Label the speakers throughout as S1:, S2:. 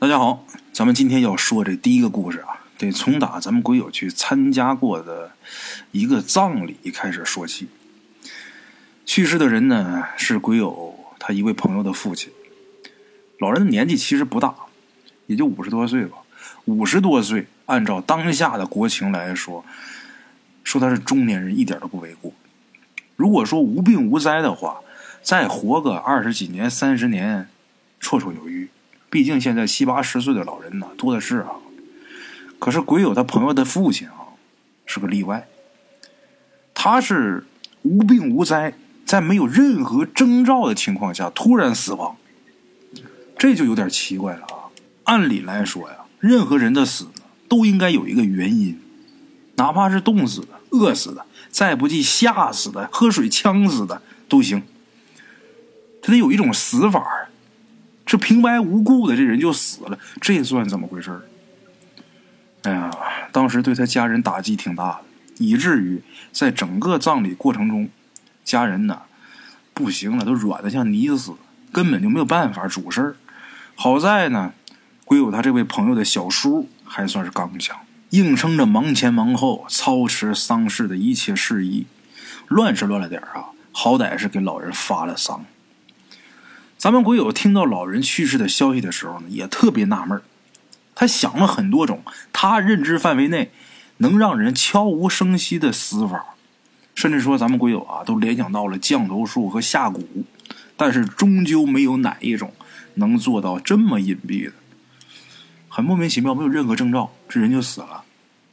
S1: 大家好，咱们今天要说这第一个故事啊，得从打咱们鬼友去参加过的一个葬礼开始说起。去世的人呢是鬼友他一位朋友的父亲，老人的年纪其实不大，也就50多岁吧。50多岁，按照当下的国情来说，说他是中年人一点都不为过。如果说无病无灾的话，再活个20几年、30年，绰绰有余。毕竟现在70、80岁的老人呢多的是啊。可是鬼友他朋友的父亲啊是个例外，他是无病无灾，在没有任何征兆的情况下突然死亡，这就有点奇怪了啊。按理来说呀，任何人的死呢都应该有一个原因，哪怕是冻死的、饿死的，再不济吓死的、喝水呛死的都行。他得有一种死法，是平白无故的这人就死了，这算怎么回事？哎呀，当时对他家人打击挺大的，以至于在整个葬礼过程中，家人呢不行了，都软得像泥似的，根本就没有办法主事儿。好在呢，鬼友他这位朋友的小叔还算是刚强，硬撑着忙前忙后，操持丧事的一切事宜。乱是乱了点啊，好歹是给老人发了丧。咱们鬼友听到老人去世的消息的时候呢，也特别纳闷。他想了很多种他认知范围内能让人悄无声息的死法，甚至说咱们鬼友啊都联想到了降头术和下蛊，但是终究没有哪一种能做到这么隐蔽的。很莫名其妙，没有任何征兆，这人就死了。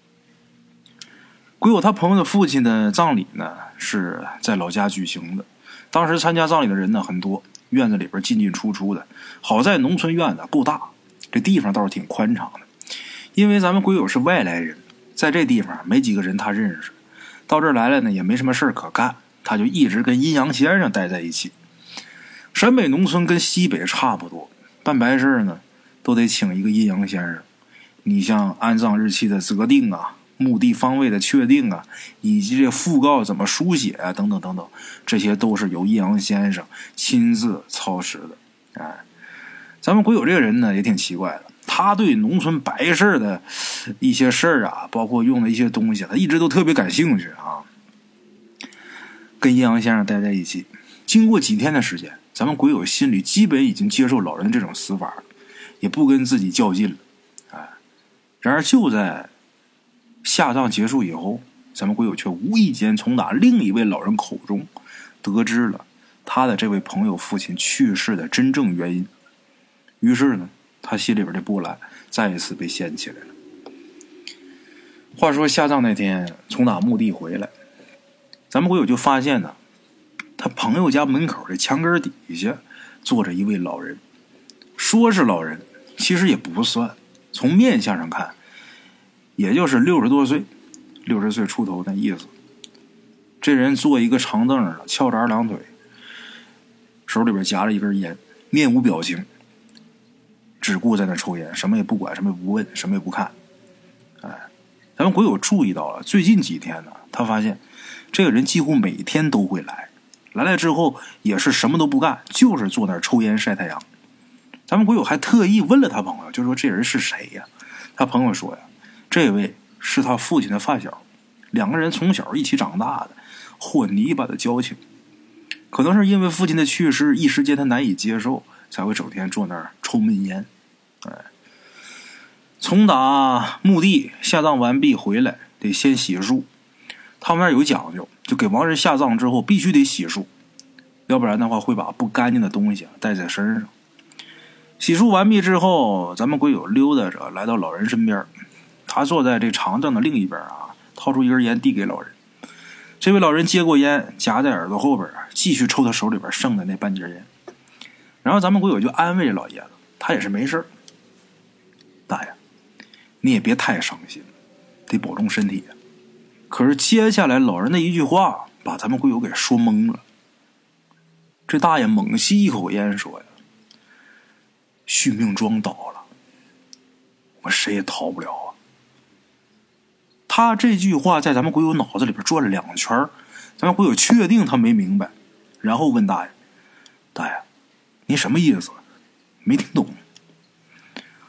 S1: 鬼友他朋友的父亲的葬礼呢是在老家举行的，当时参加葬礼的人呢很多，院子里边进进出出的，好在农村院子够大，这地方倒是挺宽敞的。因为咱们鬼友是外来人，在这地方没几个人他认识，到这儿来了呢也没什么事儿可干，他就一直跟阴阳先生待在一起。陕北农村跟西北差不多，办白事呢都得请一个阴阳先生。你像安葬日期的择定啊，墓地方位的确定啊，以及这讣告怎么书写啊，等等等等，这些都是由阴阳先生亲自操持的。哎，咱们鬼友这个人呢也挺奇怪的，他对农村白事的一些事儿啊，包括用的一些东西，他一直都特别感兴趣啊。跟阴阳先生待在一起，经过几天的时间，咱们鬼友心里基本已经接受老人这种死法了，也不跟自己较劲了。哎，然而就在下葬结束以后，咱们鬼友却无意间从打另一位老人口中得知了他的这位朋友父亲去世的真正原因。于是呢，他心里边的波澜再一次被掀起来了。话说下葬那天从打墓地回来，咱们鬼友就发现呢，他朋友家门口的墙根底下坐着一位老人。说是老人，其实也不算，从面相上看也就是60多岁，60岁出头那意思。这人坐一个长凳上，翘着2腿，手里边夹着一根烟，面无表情，只顾在那抽烟，什么也不管，什么也不问，什么也不看。哎，咱们鬼友注意到了，最近几天呢，他发现这个人几乎每天都会来之后也是什么都不干，就是坐那儿抽烟晒太阳。咱们鬼友还特意问了他朋友，就说这人是谁呀？他朋友说呀，这位是他父亲的发小，2个人从小一起长大的，混泥巴的交情。可能是因为父亲的去世，一时间他难以接受，才会整天坐那儿抽闷烟。哎，从打墓地下葬完毕回来，得先洗漱。他们那儿有讲究，就给亡人下葬之后必须得洗漱，要不然的话会把不干净的东西带在身上。洗漱完毕之后，咱们鬼友溜达着来到老人身边，他坐在这长凳的另一边啊，掏出一根烟递给老人。这位老人接过烟，夹在耳朵后边，继续抽他手里边剩的那半截烟。然后咱们鬼友就安慰老爷子，他也是没事，大爷你也别太伤心，得保重身体呀。可是接下来老人的一句话把咱们鬼友给说懵了。这大爷猛吸一口烟说呀，续命庄倒了，我谁也逃不了啊。他这句话在咱们鬼友脑子里边转了2圈，咱们鬼友确定他没明白，然后问大爷，大爷您什么意思？没听懂。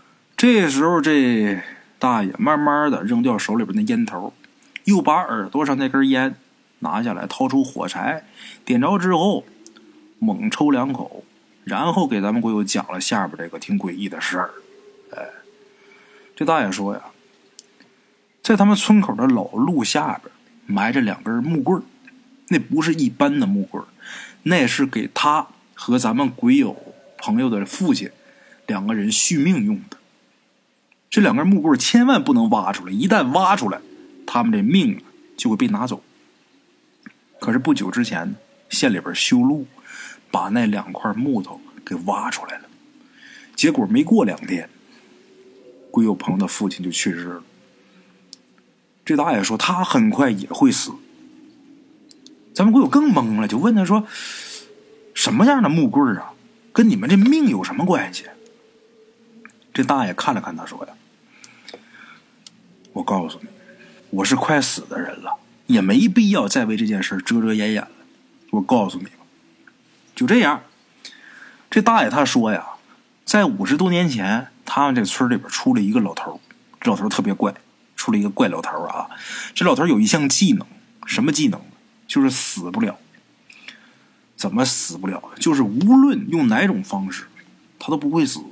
S1: 这时候这大爷慢慢的扔掉手里边的烟头，又把耳朵上那根烟拿下来，掏出火柴，点着之后猛抽2口，然后给咱们鬼友讲了下边这个挺诡异的事儿。这大爷说呀，在他们村口的老路下边埋着2根木棍，那不是一般的木棍，那是给他和咱们鬼友朋友的父亲2个人续命用的。这2根木棍千万不能挖出来，一旦挖出来，他们这命就会被拿走。可是不久之前呢，县里边修路，把那2块木头给挖出来了。结果没过2天，鬼友朋友的父亲就去世了。这大爷说他很快也会死。咱们鬼友更懵了，就问他说，什么样的木棍啊，跟你们这命有什么关系？这大爷看了看他说呀，我告诉你，我是快死的人了，也没必要再为这件事遮遮掩掩了。我告诉你吧，就这样。这大爷他说呀，在50多年前，他们这村里边出了一个老头，这老头特别怪，出了一个怪老头啊。这老头有一项技能，什么技能？就是死不了。怎么死不了？就是无论用哪种方式，他都不会死。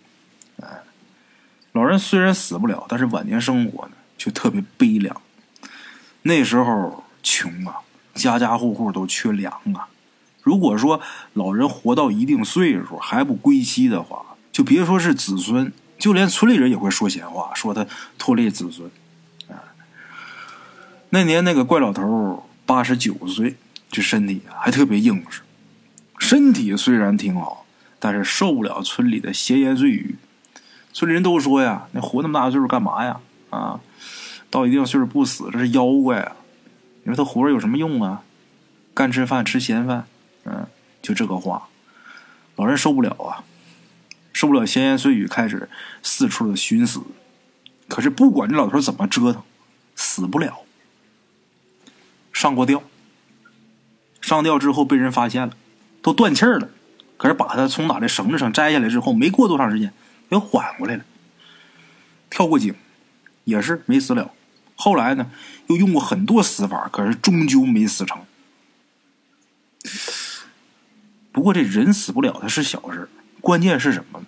S1: 老人虽然死不了，但是晚年生活呢却特别悲凉。那时候穷啊，家家户户都缺粮啊。如果说老人活到一定岁数还不归西的话，就别说是子孙，就连村里人也会说闲话，说他拖累子孙。那年那个怪老头89岁，这身体还特别硬实。身体虽然挺好，但是受不了村里的闲言碎语。村里人都说呀，那活那么大岁数干嘛呀？啊，到一定岁数不死，这是妖怪啊！你说他活着有什么用啊？干吃饭吃闲饭，就这个话。老人受不了啊，受不了闲言碎语，开始四处的寻死。可是不管这老头怎么折腾，死不了。上过吊，上吊之后被人发现了，都断气儿了。可是把他从哪这绳子上摘下来之后，没过多长时间又缓过来了。跳过井也是没死了。后来呢，又用过很多死法，可是终究没死成。不过这人死不了，他是小事，关键是什么呢？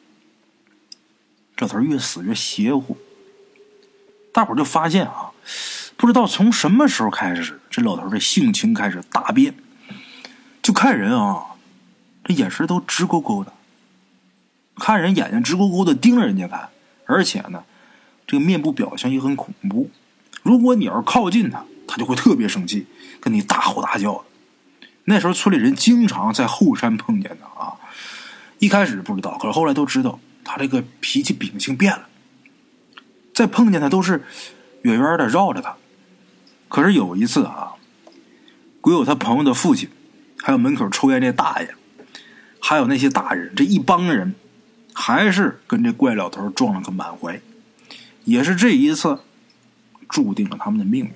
S1: 这头越死越邪乎。大伙就发现啊，不知道从什么时候开始，这老头的性情开始大变，就看人啊，这眼神都直勾勾的，看人眼睛直勾勾的盯着人家看，而且呢，这个面部表情也很恐怖。如果你要是靠近他，他就会特别生气，跟你大吼大叫的。那时候村里人经常在后山碰见他啊，一开始不知道，可是后来都知道他这个脾气秉性变了。再碰见他都是远远的绕着他。可是有一次啊，鬼友他朋友的父亲，还有门口抽烟这大爷，还有那些大人，这一帮人还是跟这怪老头撞了个满怀。也是这一次注定了他们的命运。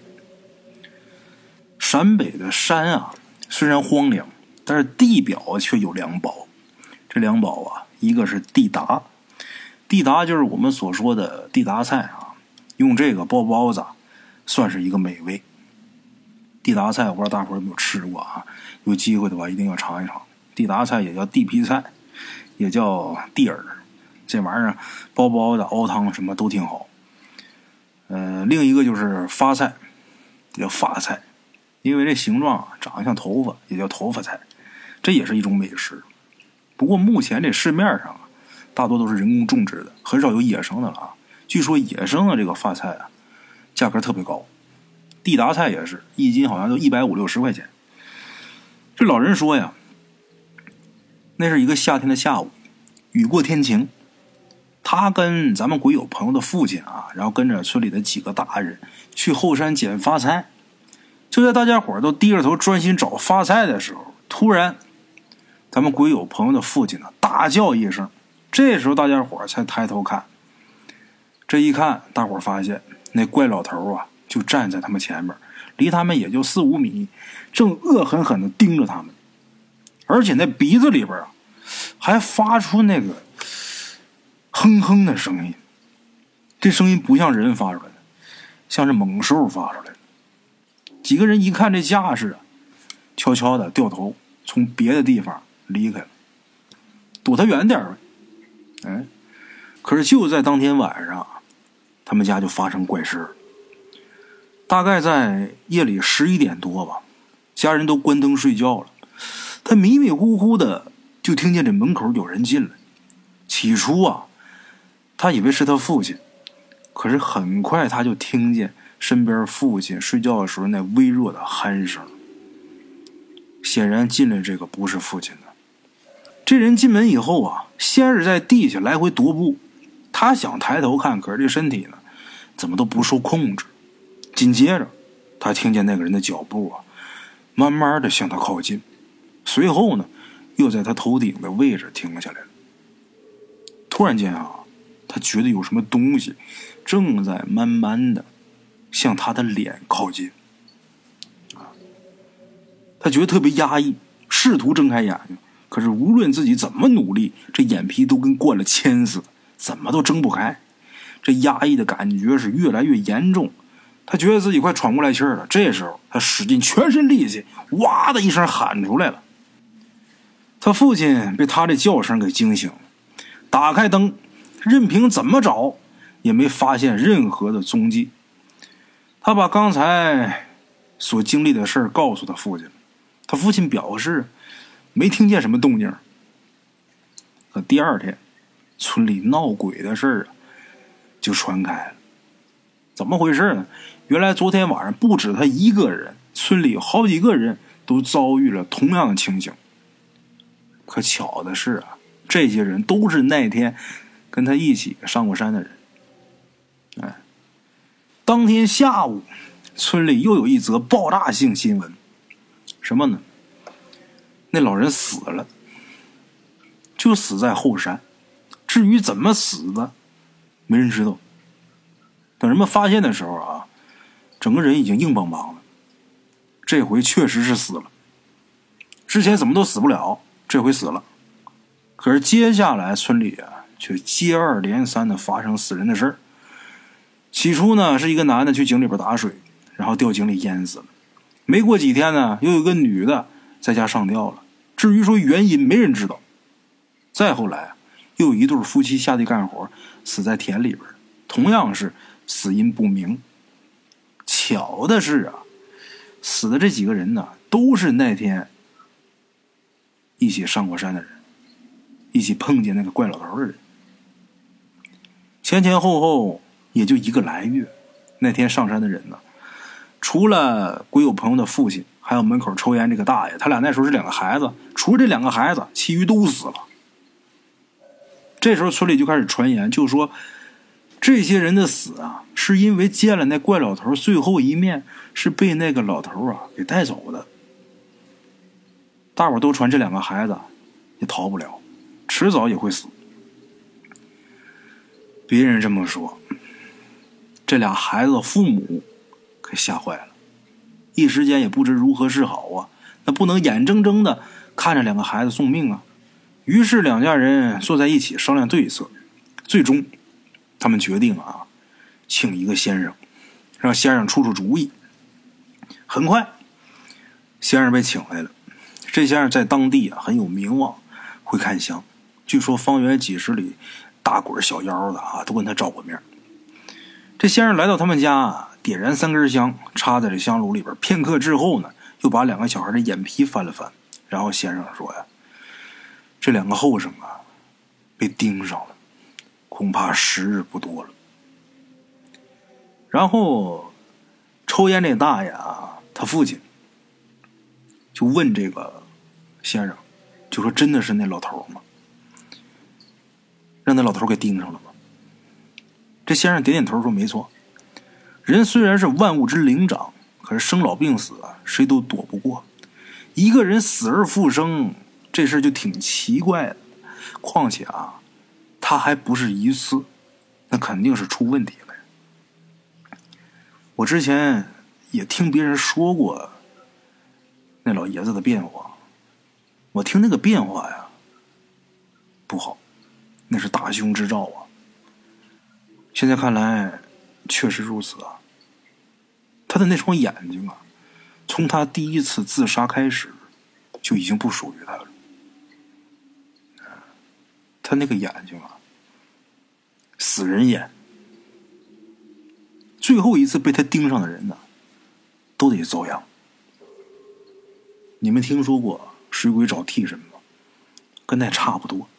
S1: 陕北的山啊，虽然荒凉，但是地表却有2宝。这2宝啊，一个是地达，地达就是我们所说的地达菜啊，用这个包包子算是一个美味。地达菜我不知道大伙有没有吃过啊，有机会的话一定要尝一尝。地达菜也叫地皮菜，也叫地耳，这玩意儿包包子熬汤什么都挺好。另一个就是发菜，也叫发菜，因为这形状长得像头发，也叫头发菜，这也是一种美食。不过目前这市面上啊，大多都是人工种植的，很少有野生的了啊。据说野生的这个发菜啊，价格特别高。地达菜也是一斤好像就150-160块钱。这老人说呀，那是一个夏天的下午，雨过天晴，他跟咱们鬼友朋友的父亲啊，然后跟着村里的几个大人去后山捡发菜。就在大家伙都低着头专心找发菜的时候，突然咱们鬼友朋友的父亲呢大叫一声。这时候大家伙才抬头看，这一看，大伙发现那怪老头啊就站在他们前面，离他们也就4-5米，正恶狠狠地盯着他们，而且那鼻子里边啊还发出那个哼哼的声音。这声音不像人发出来的，像是猛兽发出来的。几个人一看这架势啊，悄悄的掉头从别的地方离开了，躲他远点呗。可是就在当天晚上，他们家就发生怪事了。大概在夜里11点多吧，家人都关灯睡觉了，他迷迷糊糊的就听见这门口有人进来。起初啊，他以为是他父亲，可是很快他就听见身边父亲睡觉的时候那微弱的鼾声。显然进来这个不是父亲的。这人进门以后啊，先是在地下来回踱步，他想抬头看，可是这身体呢怎么都不受控制。紧接着他听见那个人的脚步啊慢慢的向他靠近，随后呢又在他头顶的位置停下来了。突然间啊，他觉得有什么东西正在慢慢的向他的脸靠近。他觉得特别压抑，试图睁开眼睛，可是无论自己怎么努力，这眼皮都跟灌了铅似的，怎么都睁不开。这压抑的感觉是越来越严重，他觉得自己快喘不过来气儿了。这时候他使尽全身力气，哇的一声喊出来了。他父亲被他这叫声给惊醒了，打开灯，任凭怎么找也没发现任何的踪迹。他把刚才所经历的事儿告诉他父亲，他父亲表示没听见什么动静。可第二天村里闹鬼的事儿就传开了。怎么回事呢？原来昨天晚上不止他一个人，村里有好几个人都遭遇了同样的情形。可巧的是啊，这些人都是那天跟他一起上过山的人。当天下午村里又有一则爆炸性新闻。什么呢？那老人死了，就死在后山。至于怎么死的，没人知道。等人们发现的时候啊，整个人已经硬邦邦了。这回确实是死了，之前怎么都死不了，这回死了。可是接下来村里啊，却接二连三的发生死人的事儿。起初呢，是一个男的去井里边打水，然后掉井里淹死了。没过几天呢，又有个女的在家上吊了。至于说原因，没人知道。再后来又有一对夫妻下地干活，死在田里边，同样是死因不明。巧的是啊，死的这几个人呢，都是那天一起上过山的人，一起碰见那个怪老头的人。前前后后也就1个来月，那天上山的人呢，除了鬼友朋友的父亲，还有门口抽烟这个大爷，他俩那时候是2个孩子，除了这2个孩子，其余都死了。这时候村里就开始传言，就说这些人的死啊，是因为见了那怪老头最后一面，是被那个老头啊给带走的。大伙都传这2个孩子也逃不了，迟早也会死。别人这么说，这俩孩子的父母可吓坏了，一时间也不知如何是好啊。那不能眼睁睁的看着2个孩子送命啊。于是2家人坐在一起商量对策，最终他们决定啊，请一个先生，让先生出出主意。很快先生被请来了。这先生在当地啊很有名望，会看香，据说方圆几十里大鬼小妖的啊都跟他照过面。这先生来到他们家啊，点燃3根香，插在这香炉里边。片刻之后呢，又把2个小孩的眼皮翻了翻，然后先生说呀，这2个后生啊被盯上了，恐怕时日不多了。然后抽烟这大爷啊，他父亲就问这个先生，就说真的是那老头吗？让那老头给盯上了吗？这先生点点头说没错。人虽然是万物之灵长，可是生老病死啊，谁都躲不过。一个人死而复生，这事就挺奇怪的。况且啊，他还不是一次，那肯定是出问题了。我之前也听别人说过那老爷子的变化，我听那个变化呀不好，那是大凶之兆啊。 现在看来确实如此啊。他的那双眼睛啊，从他第一次自杀开始就已经不属于他了。他那个眼睛啊，死人眼。最后一次被他盯上的人呢，都得遭殃。你们听说过水鬼找替身吗？跟那差不多。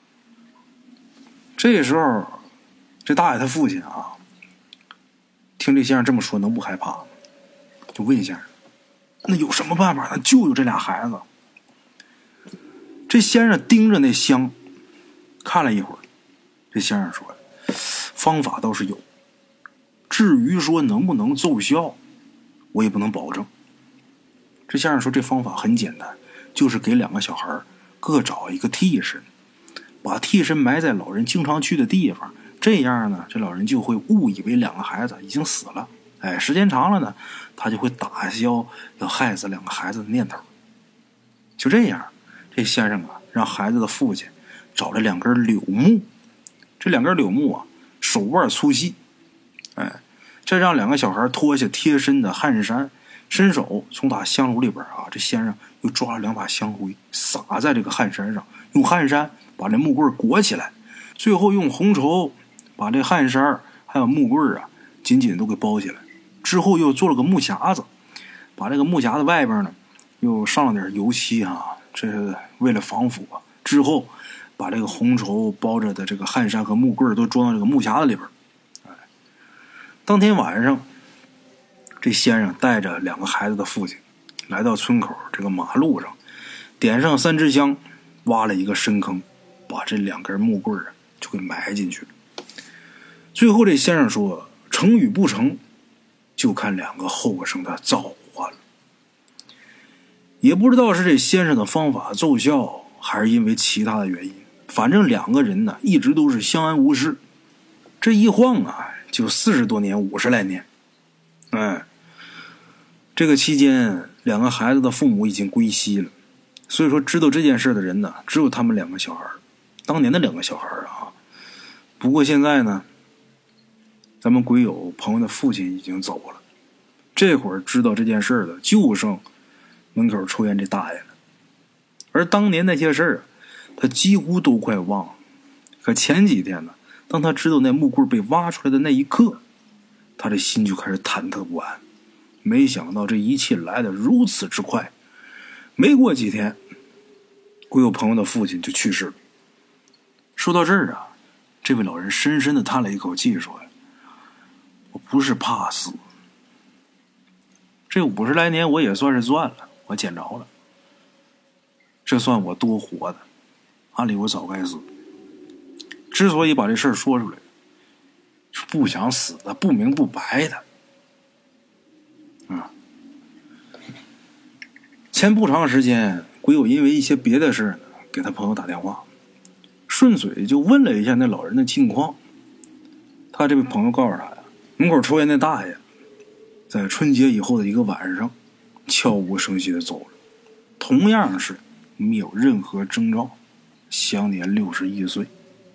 S1: 这时候这大爷他父亲啊，听这先生这么说能不害怕吗？就问先生，那有什么办法呢？救救这俩孩子。这先生盯着那香看了一会儿，这先生说，方法倒是有，至于说能不能奏效，我也不能保证。这先生说这方法很简单，就是给两个小孩各找一个替身，把替身埋在老人经常去的地方，这样呢，这老人就会误以为两个孩子已经死了。时间长了呢，他就会打消要害死两个孩子的念头。就这样，这先生啊，让孩子的父亲找了2根柳木，这2根柳木啊，手腕粗细，再让两个小孩脱下贴身的汗衫，伸手从打香炉里边啊，这先生又抓了2把香灰，撒在这个汗衫上，用汗衫把这木棍裹起来，最后用红绸把这汗衫还有木棍啊紧紧都给包起来，之后又做了个木匣子，把这个木匣子外边呢又上了点油漆啊，这是为了防腐啊。之后把这个红绸包着的这个汗衫和木棍都装到这个木匣子里边。当天晚上，这先生带着2个孩子的父亲来到村口这个马路上，点上3支香，挖了一个深坑，把这2根木棍就给埋进去了。最后这先生说，成与不成就看2个后生的造化了。也不知道是这先生的方法奏效，还是因为其他的原因，反正2个人呢一直都是相安无事。这一晃啊就40多年50来年。这个期间2个孩子的父母已经归西了，所以说知道这件事的人呢只有他们2个小孩，当年的2个小孩啊。不过现在呢，咱们鬼友朋友的父亲已经走了，这会儿知道这件事的就剩门口抽烟这大爷了。而当年那些事儿他几乎都快忘了。可前几天呢，当他知道那木棍被挖出来的那一刻，他的心就开始忐忑不安。没想到这一切来得如此之快，没过几天，鬼友朋友的父亲就去世了。说到这儿啊，这位老人深深地叹了一口气，说，我不是怕死，这50来年我也算是赚了，我捡着了，这算我多活的，按理我早该死。之所以把这事儿说出来，是不想死的，不明不白的。前不长时间，鬼友因为一些别的事呢，给他朋友打电话，顺嘴就问了一下那老人的近况。他这位朋友告诉他呀，门口抽烟那大爷在春节以后的一个晚上悄无声息的走了，同样是没有任何征兆，享年61岁。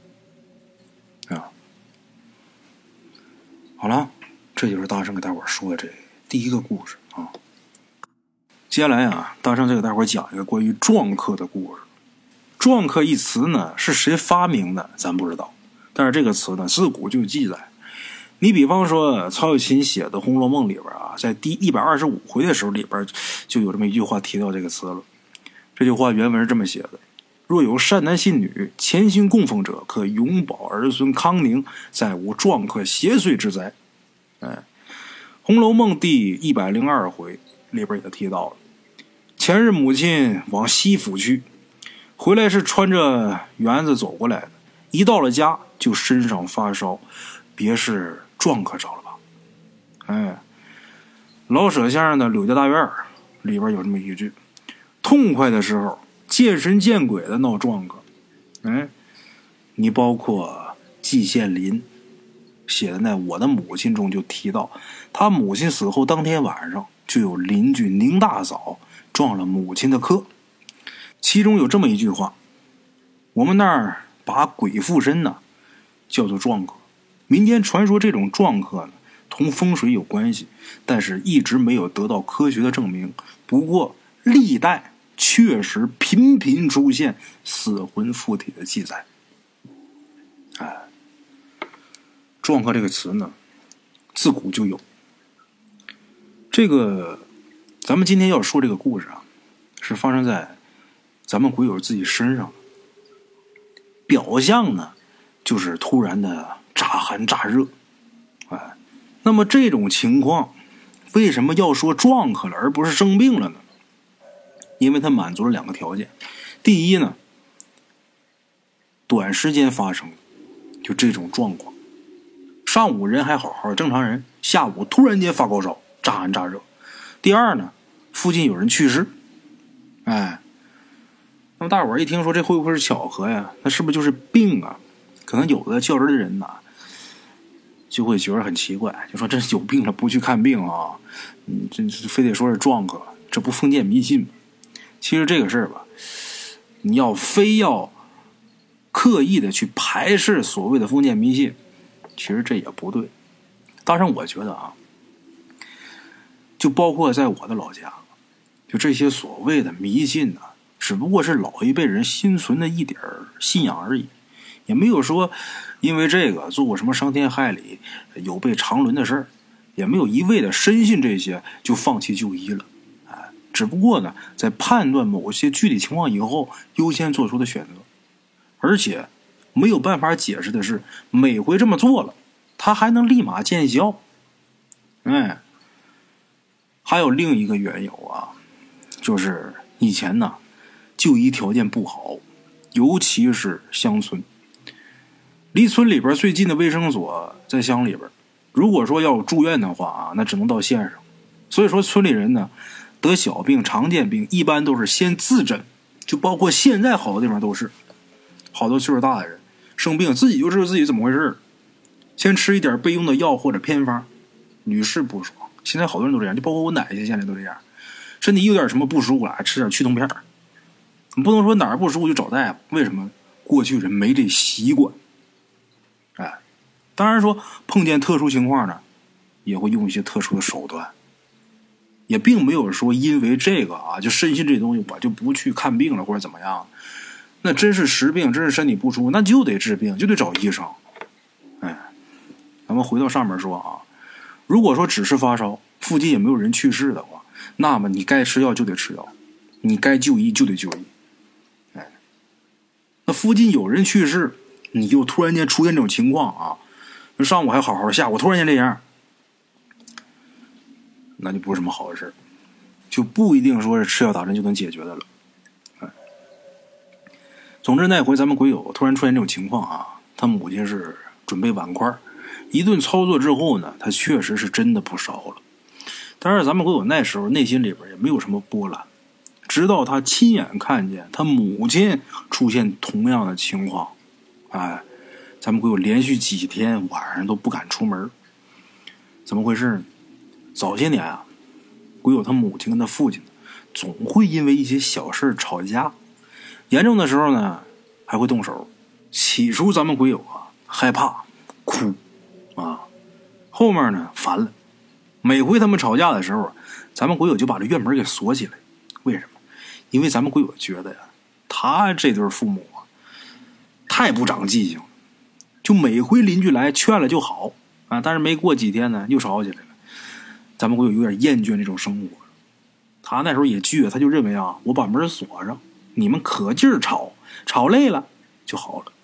S1: 好了，这就是大圣给大伙说的这第一个故事啊。接下来啊，大圣再给大伙讲一个关于撞客的故事。撞客一词呢，是谁发明的咱不知道，但是这个词呢自古就有记载。你比方说曹雪芹写的《红楼梦》里边啊，在第125回的时候里边就有这么一句话提到这个词了。这句话原文是这么写的，若有善男信女潜心供奉者，可永保儿孙康宁，再无撞客邪祟之灾。红楼梦第102回里边也提到了，前日母亲往西府去，回来是穿着园子走过来的，一到了家就身上发烧，别是撞客着了吧。老舍先生的《柳家大院》里边有这么一句，痛快的时候见神见鬼的闹撞客。你包括季羡林写的那《我的母亲》中就提到，他母亲死后当天晚上就有邻居宁大嫂撞了母亲的客。其中有这么一句话，我们那儿把鬼附身呢叫做撞客， 民间传说这种撞客呢同风水有关系，但是一直没有得到科学的证明。不过历代确实频频出现死魂附体的记载。撞客这个词呢自古就有。这个咱们今天要说这个故事啊，是发生在咱们鬼友自己身上的。表象呢就是突然的乍寒乍热。那么这种情况为什么要说撞客了而不是生病了呢？因为它满足了2个条件。第一呢，短时间发生，就这种状况，上午人还好好正常人，下午突然间发高烧，乍寒乍热。第二呢，附近有人去世。那么大伙儿一听说这会不会是巧合呀？那是不是就是病啊？可能有的较真的人呐就会觉得很奇怪，就说这有病了不去看病啊，这非得说是撞客，这不封建迷信吗？其实这个事儿吧，你要非要刻意的去排斥所谓的封建迷信，其实这也不对。当然我觉得啊，就包括在我的老家，就这些所谓的迷信啊，只不过是老一辈人心存的一点信仰而已，也没有说因为这个做过什么伤天害理有悖常伦的事儿，也没有一味的深信这些就放弃就医了。只不过呢，在判断某些具体情况以后优先做出的选择。而且没有办法解释的是，每回这么做了他还能立马见效。还有另一个缘由啊，就是以前呢就医条件不好，尤其是乡村，离村里边最近的卫生所在乡里边，如果说要住院的话啊，那只能到县上。所以说村里人呢得小病常见病一般都是先自诊，就包括现在好多地方都是，好多岁数大的人生病自己就知道自己怎么回事，先吃一点备用的药或者偏方，屡试不爽。现在好多人都这样，就包括我奶奶现在都这样，身体有点什么不舒服了吃点去痛片，你不能说哪儿不舒服就找大夫。为什么？过去人没这习惯。当然说碰见特殊情况呢也会用一些特殊的手段，也并没有说因为这个啊就深信这东西我就不去看病了或者怎么样。那真是实病，真是身体不舒服，那就得治病，就得找医生。咱们回到上面说啊，如果说只是发烧，附近也没有人去世的话，那么你该吃药就得吃药，你该就医就得就医。那附近有人去世，你就突然间出现这种情况啊，上午还好好的，下午突然间这样，那就不是什么好事，就不一定说是吃药打针就能解决的了。总之那回咱们鬼友突然出现这种情况啊，他母亲是准备碗筷，一顿操作之后呢，他确实是真的不烧了。但是咱们鬼友那时候内心里边也没有什么波澜，直到他亲眼看见他母亲出现同样的情况，咱们鬼友连续几天晚上都不敢出门。怎么回事呢？早些年啊，鬼友他母亲跟他父亲总会因为一些小事吵架，严重的时候呢还会动手。起初咱们鬼友啊害怕哭后面呢烦了，每回他们吵架的时候咱们鬼友就把这院门给锁起来。为什么？因为咱们鬼友觉得呀，他这对父母太不长记性了，就每回邻居来劝了就好但是没过几天呢又吵起来了。咱们鬼友有点厌倦这种生活，他那时候也倔，他就认为啊，我把门锁上，你们可劲儿吵，吵累了就好了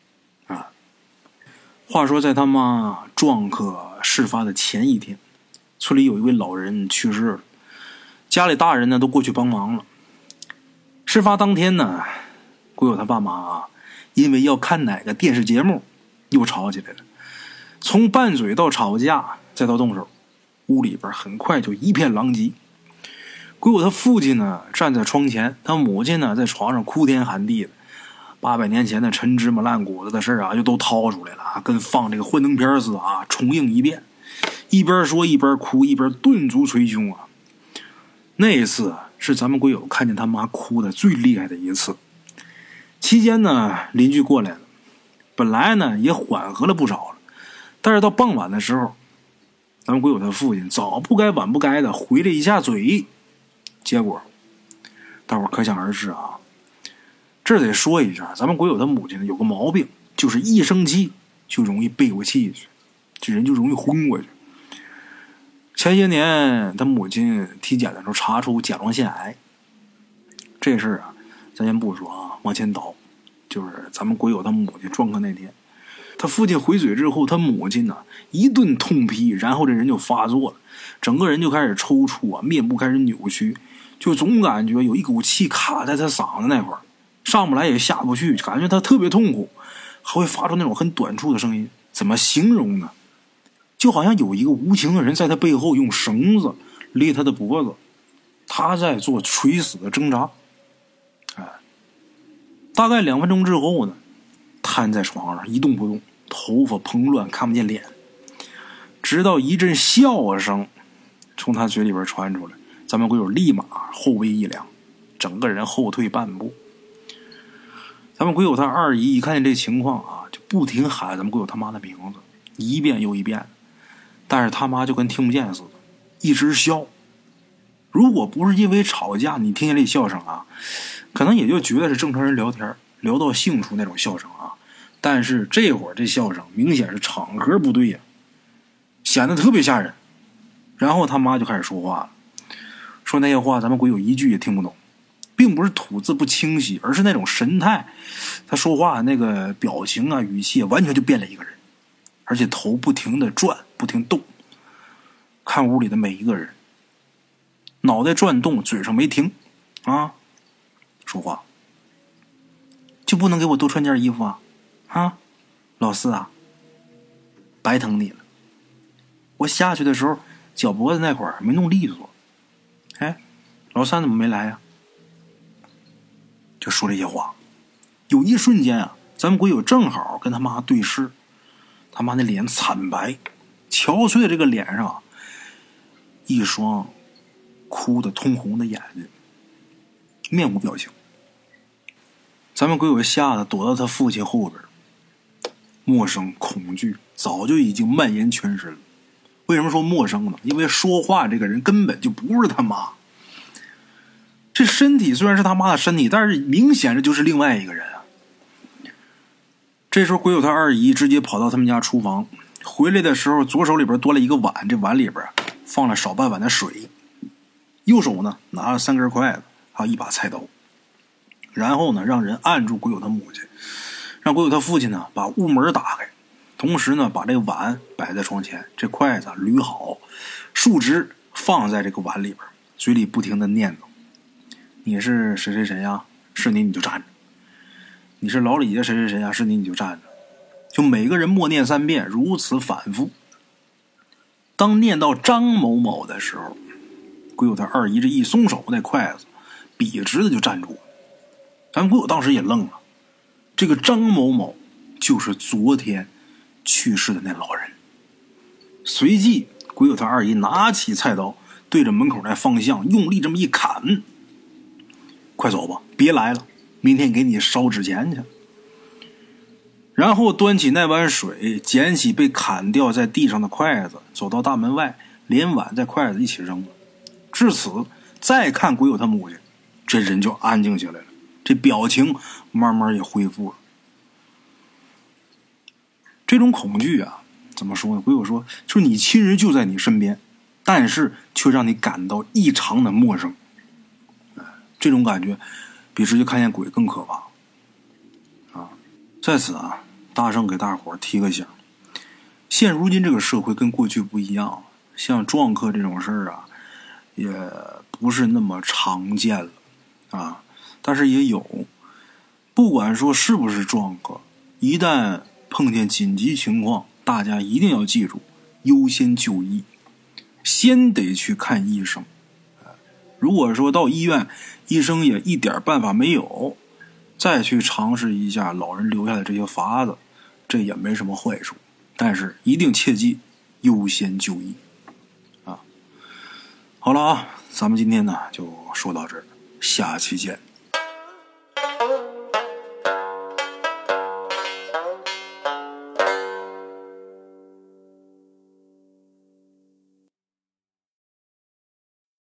S1: 话说在他妈撞客事发的前一天，村里有一位老人去世了，家里大人呢都过去帮忙了。事发当天呢，鬼友他爸妈因为要看哪个电视节目又吵起来了，从拌嘴到吵架再到动手，屋里边很快就一片狼藉。鬼友他父亲呢站在窗前，他母亲呢在床上哭天喊地的，800年前的陈芝麻烂谷子的事就都掏出来了跟放这个幻灯片似的重映一遍。一边说一边哭，一边顿足捶胸那一次是咱们鬼友看见他妈哭的最厉害的一次。期间呢邻居过来了，本来呢也缓和了不少了， 但是到傍晚的时候，咱们鬼友他父亲早不该晚不该的回了一下嘴，结果大伙可想而知啊。这得说一下，咱们鬼友他母亲有个毛病，就是一生气就容易背过气去，这人就容易昏过去。前些年他母亲体检的时候查出甲状腺癌，这事儿啊咱先不说啊，往前倒，就是咱们鬼友他母亲撞科那天，他父亲回嘴之后，他母亲呢一顿痛批，然后这人就发作了，整个人就开始抽搐啊，面部开始扭曲，就总感觉有一股气卡在他嗓子那块儿，上不来也下不去，感觉他特别痛苦，还会发出那种很短促的声音。怎么形容呢？就好像有一个无情的人在他背后用绳子勒他的脖子，他在做垂死的挣扎。大概2分钟之后呢，瘫在床上一动不动，头发蓬乱，看不见脸，直到一阵笑声从他嘴里边传出来，咱们鬼友立马后背一凉，整个人后退半步。咱们鬼友他二姨一看见这情况啊，就不停喊咱们鬼友他妈的名字，一遍又一遍，但是他妈就跟听不见似的，一直笑。如果不是因为吵架，你听见这笑声啊，可能也就觉得是正常人聊天，聊到兴处那种笑声啊。但是这会儿这笑声明显是场合不对呀，显得特别吓人。然后他妈就开始说话了，说那些话咱们鬼友一句也听不懂，并不是吐字不清晰，而是那种神态，他说话那个表情啊语气完全就变了一个人，而且头不停的转，不停动，看屋里的每一个人，脑袋转动，嘴上没停啊，说话就不能给我多穿件衣服啊？啊，老四啊，白疼你了，我下去的时候脚脖子那块儿没弄利索，哎，老三怎么没来呀？就说这些话。有一瞬间啊，咱们鬼友正好跟他妈对视，他妈那脸惨白，憔悴的这个脸上啊，一双哭得通红的眼睛，面无表情。咱们鬼友吓得躲到他父亲后边，陌生恐惧早就已经蔓延全身了。为什么说陌生呢？因为说话这个人根本就不是他妈，这身体虽然是他妈的身体，但是明显这就是另外一个人啊。这时候鬼友他二姨直接跑到他们家厨房，回来的时候左手里边多了一个碗，这碗里边放了少半碗的水，右手呢拿了3根筷子还有一把菜刀，然后呢让人按住鬼友他母亲，让鬼友他父亲呢把屋门打开，同时呢把这个碗摆在床前，这筷子捋好，竖直放在这个碗里边，嘴里不停的念叨，你是谁谁谁呀？是你就站着。你是老李家谁谁谁呀？是你就站着。就每个人默念3遍，如此反复。当念到张某某的时候，鬼友他二姨这一松手，那筷子笔直的就站住了。咱们鬼友当时也愣了，这个张某某就是昨天去世的那老人。随即鬼友他二姨拿起菜刀，对着门口那方向用力这么一砍，快走吧，别来了，明天给你烧纸钱去。然后端起那碗水，捡起被砍掉在地上的筷子，走到大门外，连碗带筷子一起扔了。至此再看鬼友他母亲，这人就安静下来了，这表情慢慢也恢复了。这种恐惧啊，怎么说呢？鬼友说，就是你亲人就在你身边，但是却让你感到异常的陌生。这种感觉比直接看见鬼更可怕啊！在此啊，大圣给大伙提个醒，现如今这个社会跟过去不一样了，像撞客这种事儿啊，也不是那么常见了啊，但是也有。不管说是不是撞客，一旦碰见紧急情况，大家一定要记住，优先就医，先得去看医生。如果说到医院，医生也一点办法没有，再去尝试一下老人留下的这些法子，这也没什么坏处。但是一定切记优先就医啊！好了啊，咱们今天呢就说到这儿，下期见。